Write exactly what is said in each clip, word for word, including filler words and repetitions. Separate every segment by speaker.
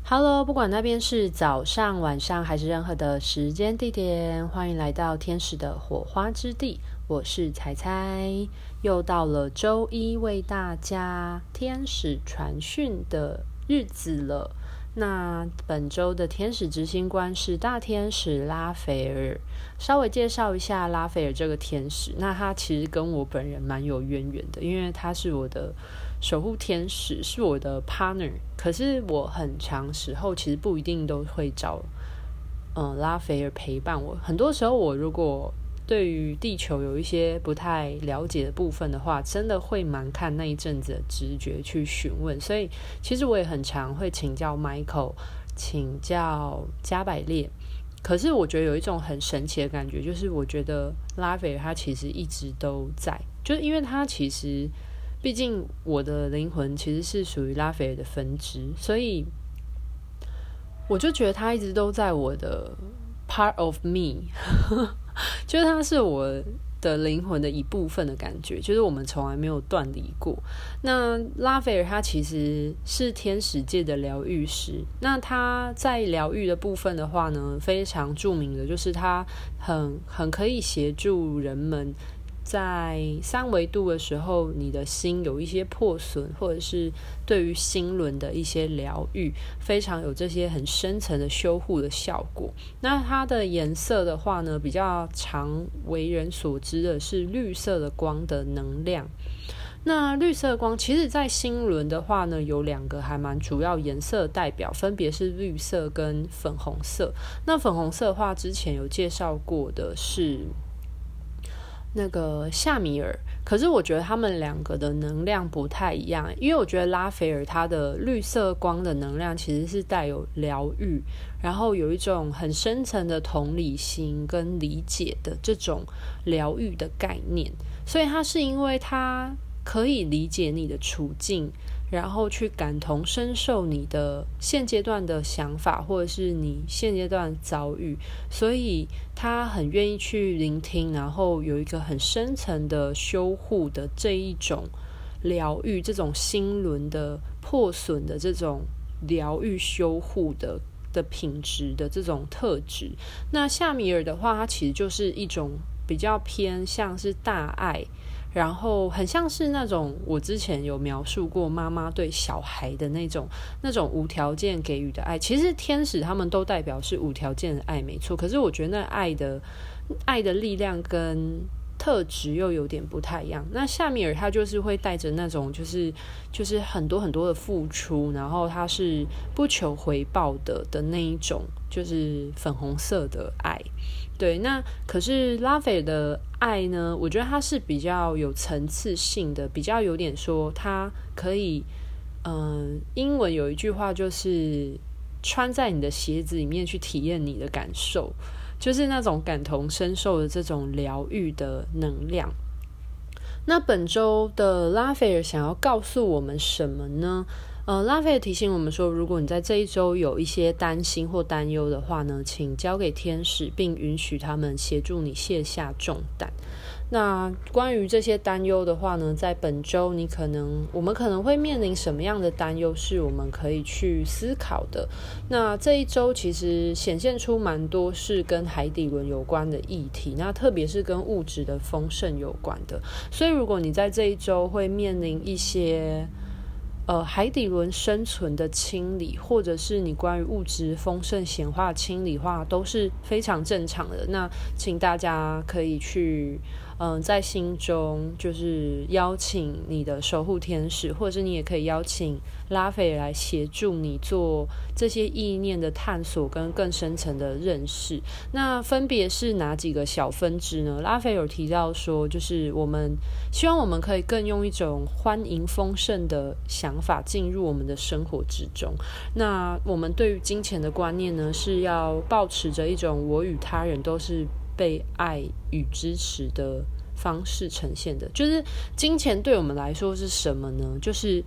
Speaker 1: Hello， 不管那边是早上、晚上还是任何的时间地点，欢迎来到天使的火花之地。我是彩彩，又到了周一为大家天使传讯的日子了。那本周的天使执行官是大天使拉斐尔。稍微介绍一下拉斐尔这个天使，那他其实跟我本人蛮有渊源的，因为他是我的守护天使，是我的 partner。可是我很长时候其实不一定都会找嗯拉斐尔陪伴我。很多时候我如果对于地球有一些不太了解的部分的话，真的会蛮看那一阵子的直觉去询问。所以其实我也很常会请教 Michael， 请教加百列。可是我觉得有一种很神奇的感觉，就是我觉得拉斐尔他其实一直都在，就是因为他其实毕竟我的灵魂其实是属于拉斐尔的分支，所以我就觉得他一直都在我的 part of me 就是他是我的灵魂的一部分的感觉，就是我们从来没有断离过。那拉斐尔他其实是天使界的疗愈师，那他在疗愈的部分的话呢，非常著名的就是他很很可以协助人们在三维度的时候，你的心有一些破损，或者是对于心轮的一些疗愈，非常有这些很深层的修护的效果。那它的颜色的话呢，比较常为人所知的是绿色的光的能量。那绿色光其实在心轮的话呢，有两个还蛮主要颜色的代表，分别是绿色跟粉红色。那粉红色的话，之前有介绍过的是那个夏米尔，可是我觉得他们两个的能量不太一样，因为我觉得拉斐尔它的绿色光的能量其实是带有疗愈，然后有一种很深层的同理心跟理解的这种疗愈的概念，所以它是因为它可以理解你的处境，然后去感同身受你的现阶段的想法，或者是你现阶段的遭遇，所以他很愿意去聆听，然后有一个很深层的修护的这一种疗愈，这种心轮的破损的这种疗愈修护的的品质的这种特质。那夏米尔的话，它其实就是一种比较偏向是大爱，然后很像是那种我之前有描述过妈妈对小孩的那种那种无条件给予的爱。其实天使他们都代表是无条件的爱没错，可是我觉得那爱的爱的力量跟特质又有点不太一样。那夏米尔他就是会带着那种就是就是很多很多的付出，然后他是不求回报的的那一种，就是粉红色的爱。对，那可是拉斐尔的爱呢，我觉得它是比较有层次性的，比较有点说它可以嗯，英文有一句话就是穿在你的鞋子里面去体验你的感受，就是那种感同身受的这种疗愈的能量。那本周的拉斐尔想要告诉我们什么呢？呃，拉斐尔提醒我们说，如果你在这一周有一些担心或担忧的话呢，请交给天使，并允许他们协助你卸下重担。那关于这些担忧的话呢，在本周你可能我们可能会面临什么样的担忧是我们可以去思考的。那这一周其实显现出蛮多是跟海底轮有关的议题，那特别是跟物质的丰盛有关的。所以如果你在这一周会面临一些呃，海底轮生存的清理，或者是你关于物质丰盛显化清理化，都是非常正常的。那请大家可以去嗯、呃，在心中就是邀请你的守护天使，或者是你也可以邀请拉斐尔来协助你做这些意念的探索跟更深层的认识。那分别是哪几个小分支呢？拉斐尔提到说，就是我们希望我们可以更用一种欢迎丰盛的想法进入我们的生活之中。那我们对于金钱的观念呢，是要抱持着一种我与他人都是被爱与支持的方式呈现的。就是金钱对我们来说是什么呢？就是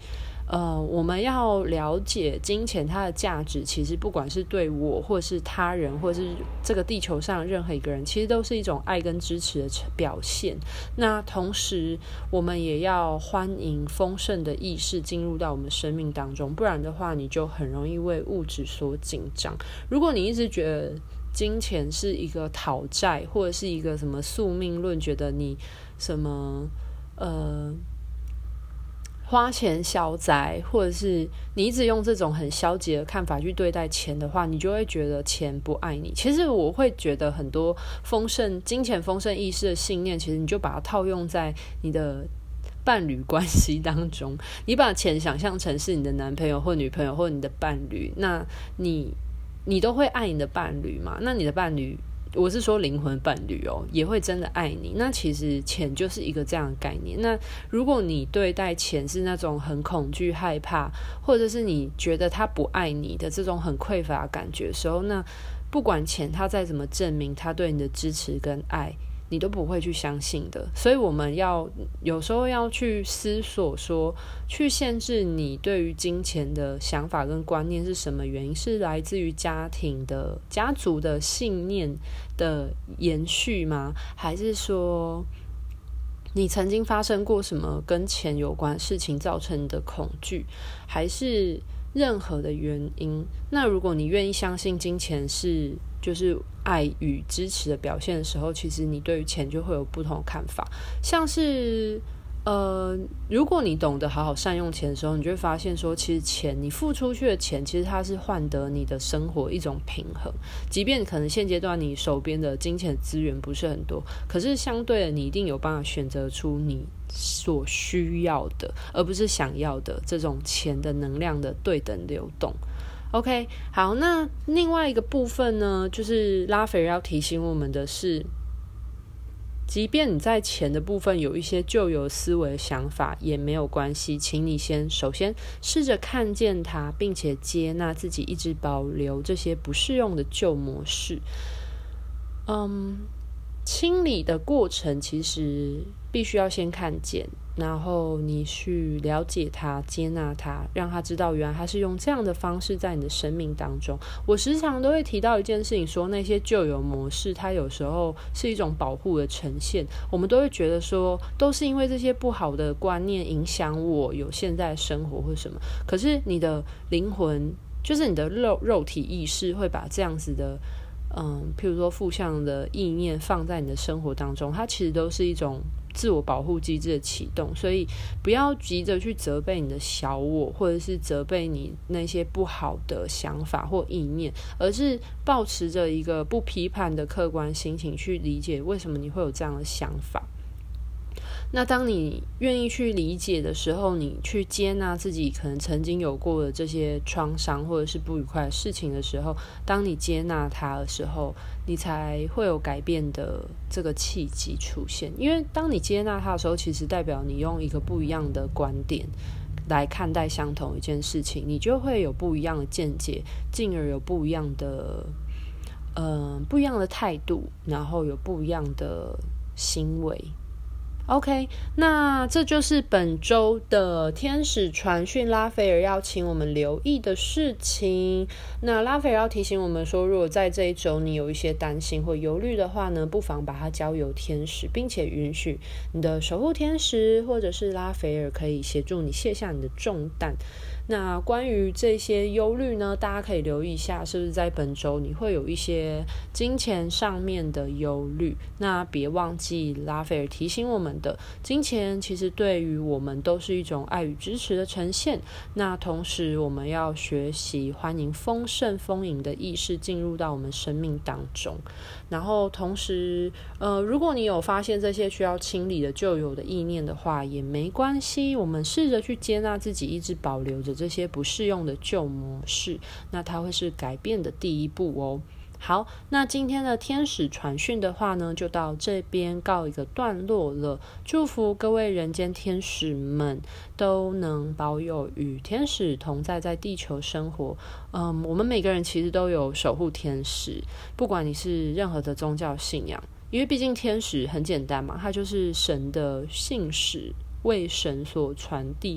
Speaker 1: 呃，我们要了解金钱它的价值，其实不管是对我或是他人或是这个地球上任何一个人，其实都是一种爱跟支持的表现。那同时我们也要欢迎丰盛的意识进入到我们生命当中，不然的话你就很容易为物质所紧张。如果你一直觉得金钱是一个讨债，或者是一个什么宿命论，觉得你什么呃花钱消灾，或者是你一直用这种很消极的看法去对待钱的话，你就会觉得钱不爱你。其实我会觉得很多丰盛金钱丰盛意识的信念，其实你就把它套用在你的伴侣关系当中，你把钱想象成是你的男朋友或女朋友或你的伴侣，那你你都会爱你的伴侣嘛？那你的伴侣，我是说灵魂伴侣哦，也会真的爱你。那其实钱就是一个这样的概念。那如果你对待钱是那种很恐惧、害怕，或者是你觉得他不爱你的这种很匮乏的感觉的时候，那不管钱他再怎么证明他对你的支持跟爱，你都不会去相信的。所以我们要有时候要去思索说，去限制你对于金钱的想法跟观念是什么原因，是来自于家庭的家族的信念的延续吗？还是说你曾经发生过什么跟钱有关的事情造成你的恐惧，还是任何的原因？那如果你愿意相信金钱是就是爱与支持的表现的时候，其实你对于钱就会有不同的看法。像是呃，如果你懂得好好善用钱的时候，你就会发现说，其实钱你付出去的钱，其实它是换得你的生活一种平衡。即便可能现阶段你手边的金钱资源不是很多，可是相对的，你一定有办法选择出你所需要的，而不是想要的这种钱的能量的对等流动。OK， 好，那另外一个部分呢，就是拉斐尔要提醒我们的是，即便你在钱的部分有一些旧有思维想法也没有关系，请你先首先试着看见它，并且接纳自己一直保留这些不适用的旧模式。嗯，清理的过程其实必须要先看见，然后你去了解它，接纳它，让它知道原来它是用这样的方式在你的生命当中。我时常都会提到一件事情，说那些旧有模式它有时候是一种保护的呈现。我们都会觉得说都是因为这些不好的观念影响我有现在的生活或什么，可是你的灵魂就是你的肉肉体意识会把这样子的嗯，譬如说负向的意念放在你的生活当中，它其实都是一种自我保护机制的启动。所以不要急着去责备你的小我，或者是责备你那些不好的想法或意念，而是抱持着一个不批判的客观心情去理解为什么你会有这样的想法。那当你愿意去理解的时候，你去接纳自己可能曾经有过的这些创伤或者是不愉快的事情的时候，当你接纳它的时候，你才会有改变的这个契机出现。因为当你接纳它的时候，其实代表你用一个不一样的观点来看待相同一件事情，你就会有不一样的见解，进而有不一样的呃不一样的态度，然后有不一样的行为。OK， 那这就是本周的天使传讯拉斐尔要请我们留意的事情。那拉斐尔要提醒我们说，如果在这一周你有一些担心或忧虑的话呢，不妨把它交由天使，并且允许你的守护天使或者是拉斐尔可以协助你卸下你的重担。那关于这些忧虑呢，大家可以留意一下，是不是在本周你会有一些金钱上面的忧虑。那别忘记拉斐尔提醒我们的，金钱其实对于我们都是一种爱与支持的呈现。那同时我们要学习欢迎丰盛丰盈的意识进入到我们生命当中。然后同时呃，如果你有发现这些需要清理的旧有的意念的话也没关系，我们试着去接纳自己一直保留着这些不适用的旧模式，那它会是改变的第一步哦。好，那今天的天使传讯的话呢，就到这边告一个段落了。祝福各位人间天使们都能保有与天使同在，在地球生活。嗯，我们每个人其实都有守护天使，不管你是任何的宗教信仰，因为毕竟天使很简单嘛，它就是神的信使，为神所传递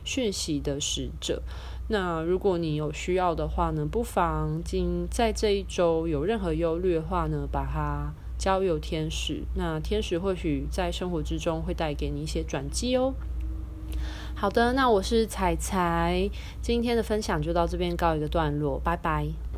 Speaker 1: 讯息的使者。那如果你有需要的话呢，不妨今在这一周有任何忧虑的话呢，把它交由天使，那天使或许在生活之中会带给你一些转机哦。好的，那我是彩彩，今天的分享就到这边告一个段落，拜拜。